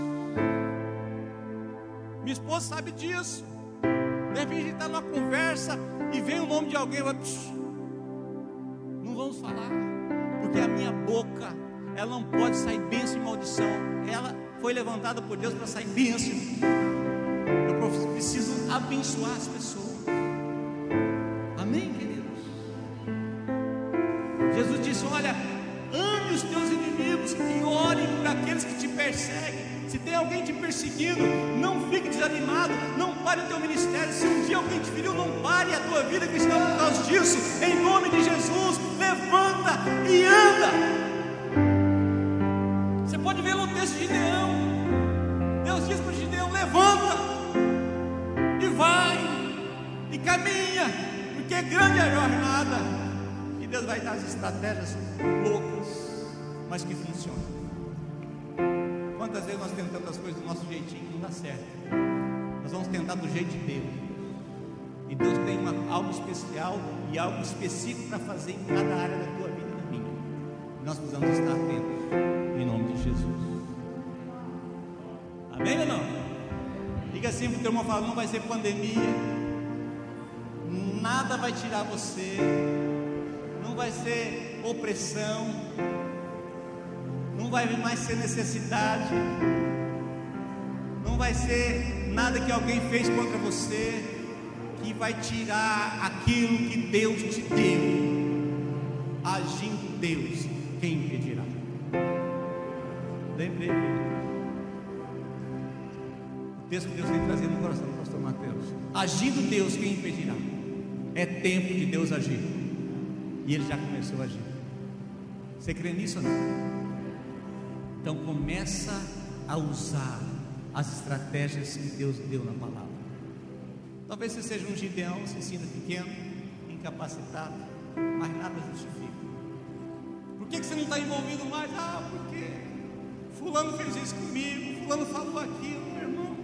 Minha esposa sabe disso. De repente a gente está numa conversa e vem o nome de alguém, vai, não vamos falar, porque a minha boca, ela não pode sair bênção e maldição. Ela foi levantada por Deus para sair bênção. Eu preciso abençoar as pessoas. Amém, queridos? Jesus disse: olha, ame os teus inimigos e ore por aqueles que te perseguem. Se tem alguém te perseguindo, não fique desanimado, não pare o teu ministério. Se um dia alguém te feriu, não pare a tua vida cristã por causa disso. Em nome de Jesus, levanta e anda. Você pode ver no texto de Gideão. Deus diz para Gideão: levanta e vai e caminha, porque grande é a jornada. E Deus vai dar as estratégias loucas, mas que funcionam. Quantas vezes nós tentamos as coisas do nosso jeitinho e não dá certo? Nós vamos tentar do jeito de Deus. E Deus tem uma, algo especial e algo específico para fazer em cada área da tua vida e da minha. E nós precisamos estar atentos, em nome de Jesus. Amém ou não? Diga Diga assim para o teu irmão, fala, não vai ser pandemia, nada vai tirar você, não vai ser opressão, não vai mais ser necessidade, não vai ser nada que alguém fez contra você que vai tirar aquilo que Deus te deu. Agindo Deus, quem impedirá? Lembrei o texto que Deus tem trazido no coração do pastor Mateus. Agindo Deus, quem impedirá? É tempo de Deus agir, e Ele já começou a agir. Você crê nisso ou não? Então começa a usar as estratégias que Deus deu na palavra. Talvez você seja um Gideão, se sinta pequeno, incapacitado, mas nada justifica. Por que, que você não está envolvido mais? Ah, porque fulano fez isso comigo, fulano falou aquilo. Meu irmão,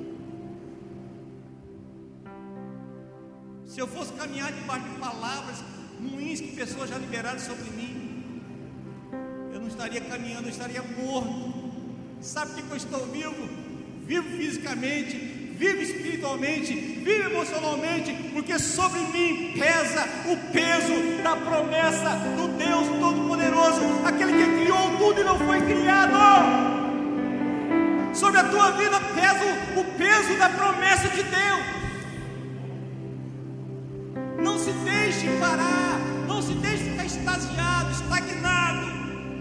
se eu fosse caminhar debaixo de palavras ruins que pessoas já liberaram sobre mim, eu não estaria caminhando, eu estaria morto. Sabe por que eu estou vivo? Vivo fisicamente, vivo espiritualmente, vivo emocionalmente, porque sobre mim pesa o peso da promessa do Deus Todo-Poderoso, aquele que criou tudo e não foi criado. Sobre a tua vida pesa o peso da promessa de Deus. Não se deixe parar, não se deixe ficar extasiado, estagnado.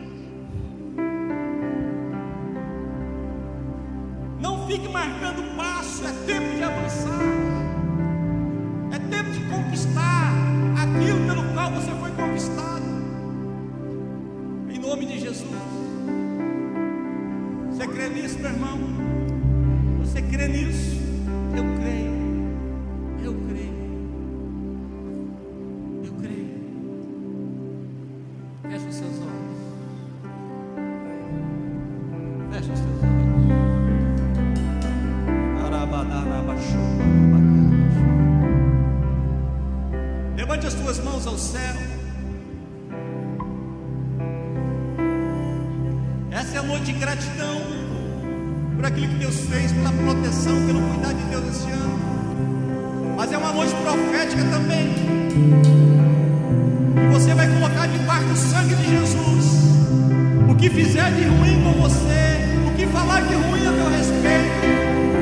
Não fique marcando passo, é tempo de avançar, é tempo de conquistar aquilo pelo qual você foi conquistado, em nome de Jesus. Você crê nisso, meu irmão? Você crê nisso? Eu creio, eu creio, eu creio. Fecha os seus olhos, fecha os seus olhos. Levante as tuas mãos ao céu. Essa é a noite de gratidão por aquilo que Deus fez, pela proteção, pelo cuidado de Deus esse ano. Mas é uma noite profética também, e você vai colocar debaixo do sangue de Jesus o que fizer de ruim com você, o que falar de ruim a teu respeito,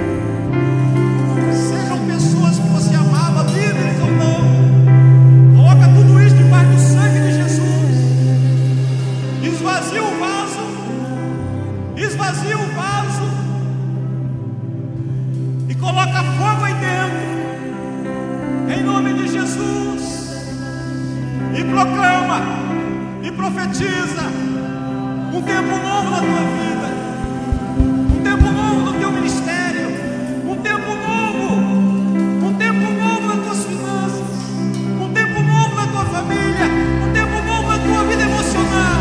pessoas que você amava, líderes ou não, coloca tudo isso debaixo do sangue de Jesus. Esvazia o vaso, esvazia o vaso e coloca fogo aí dentro, em nome de Jesus, e proclama e profetiza um tempo novo na tua vida, um tempo novo no teu ministério, um tempo novo, família, um tempo novo na tua vida emocional.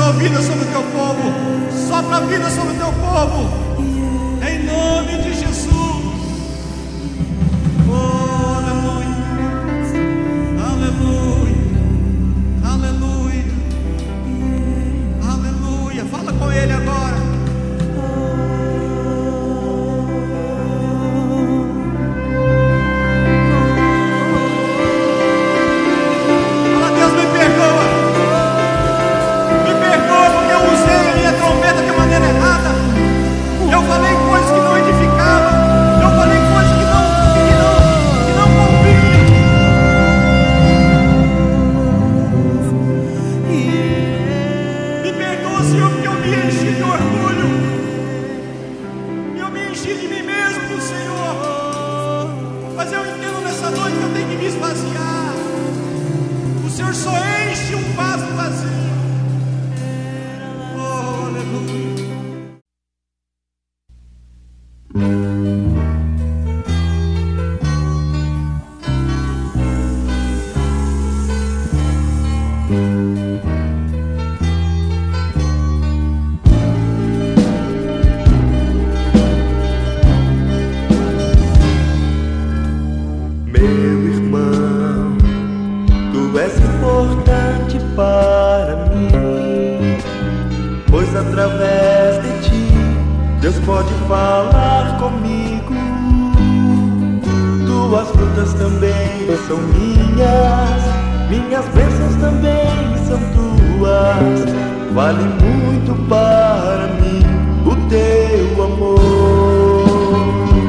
sua vida sobre o teu povo. Sopra a vida sobre o teu povo. Em nome de Jesus. Oh, aleluia. Aleluia. Aleluia. Aleluia. Fala com Ele agora. Eu falei coisas que não edificavam. Eu falei coisas que não, que não, que não convinham. Me perdoa, Senhor, porque eu me enchi de orgulho. Eu me enchi de mim mesmo, Senhor. Mas eu entendo nessa noite que eu tenho que me esvaziar. O Senhor só enche um vaso vazio. Oh, aleluia. Através de ti, Deus pode falar comigo. Tuas lutas também são minhas, minhas bênçãos também são tuas. Vale muito para mim o teu amor.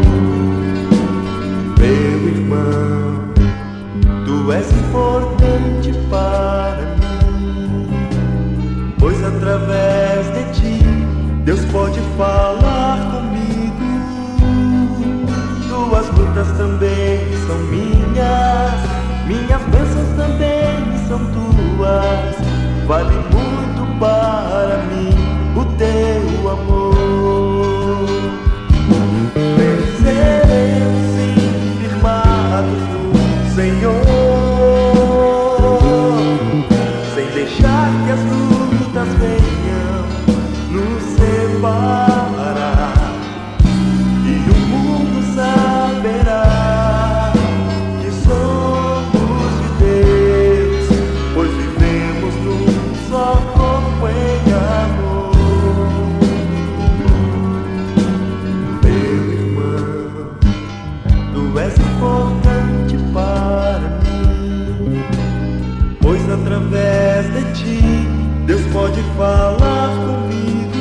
Meu irmão, tu és importante para mim, pois através de ti Deus pode falar comigo. Tuas lutas também são minhas, minhas bênçãos também são tuas. Vale muito para mim o teu amor. Venceremos sim, firmados no Senhor, sem deixar que as lutas venham nos separar, e o mundo saberá que somos de Deus, pois vivemos num só corpo em amor. Meu irmão, tu és importante para mim, pois através de ti Deus pode falar comigo.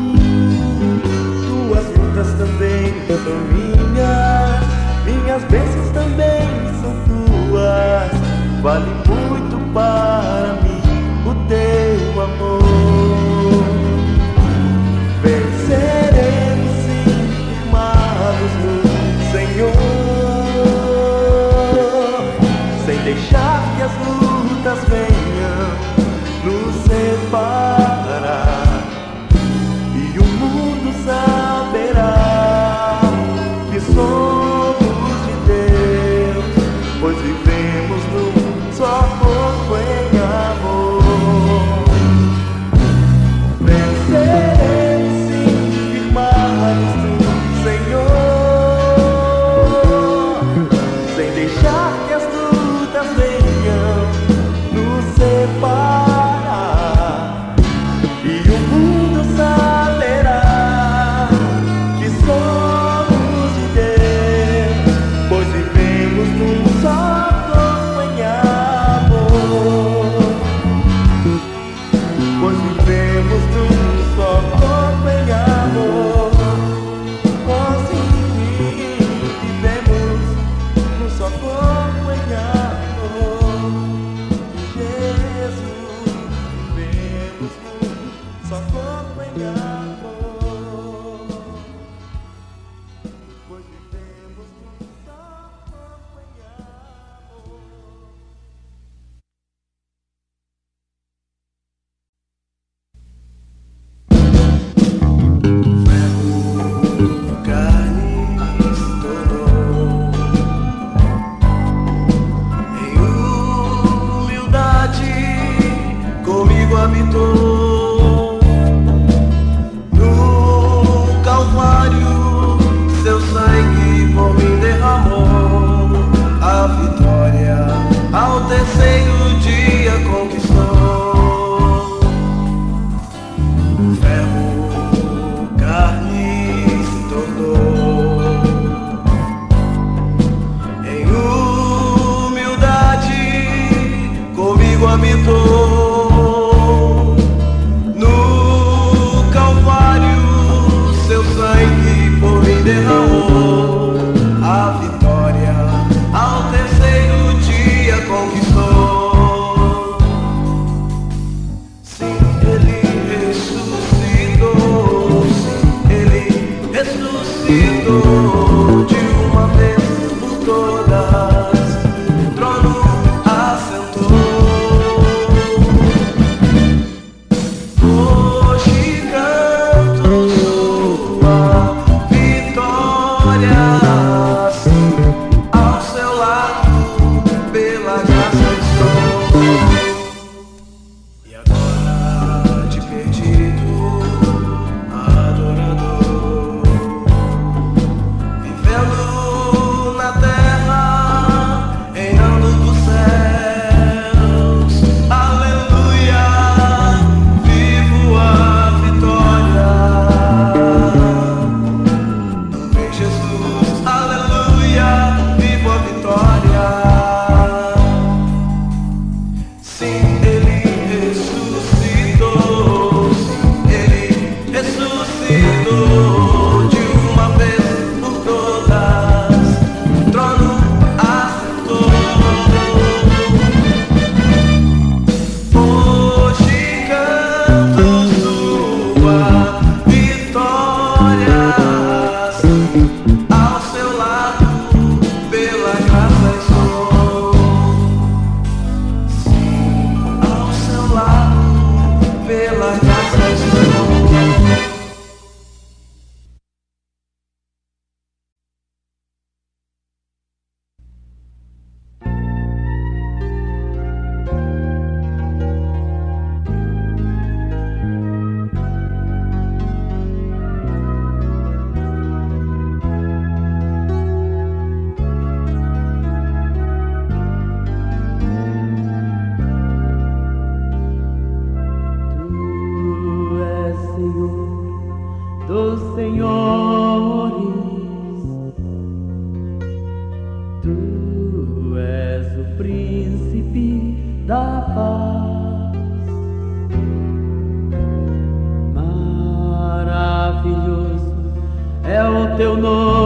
Tuas lutas também são minhas, minhas bênçãos também são tuas. Vale muito para mim o teu amor. Venceremos sim, firmados no Senhor, sem deixar que as lutas venham nos separar, e o mundo saberá que somos de Deus, pois vivemos num só corpo em amor. Venceremos sim, firmados no Senhor, sem deixar que as lutas venham nos separar. Habitou ressuscitou de uma vez por todas, no trono assentou. Hoje canto sua vitória, ao seu lado pela graça estou. E agora de perdido adorador, vivendo na terra, reinando dos céus, aleluia, vivo a vitória. Em Jesus, aleluia, vivo a vitória. Sim, ele ressuscitou, sim, ele ressuscitou de uma vez por todas, no trono assentou. Hoje canto sua vitória, ao seu lado pela graça estou. Ao seu lado pela graça estou. Tu és Senhor dos senhores, tu és o príncipe da paz. Maravilhoso é o teu nome.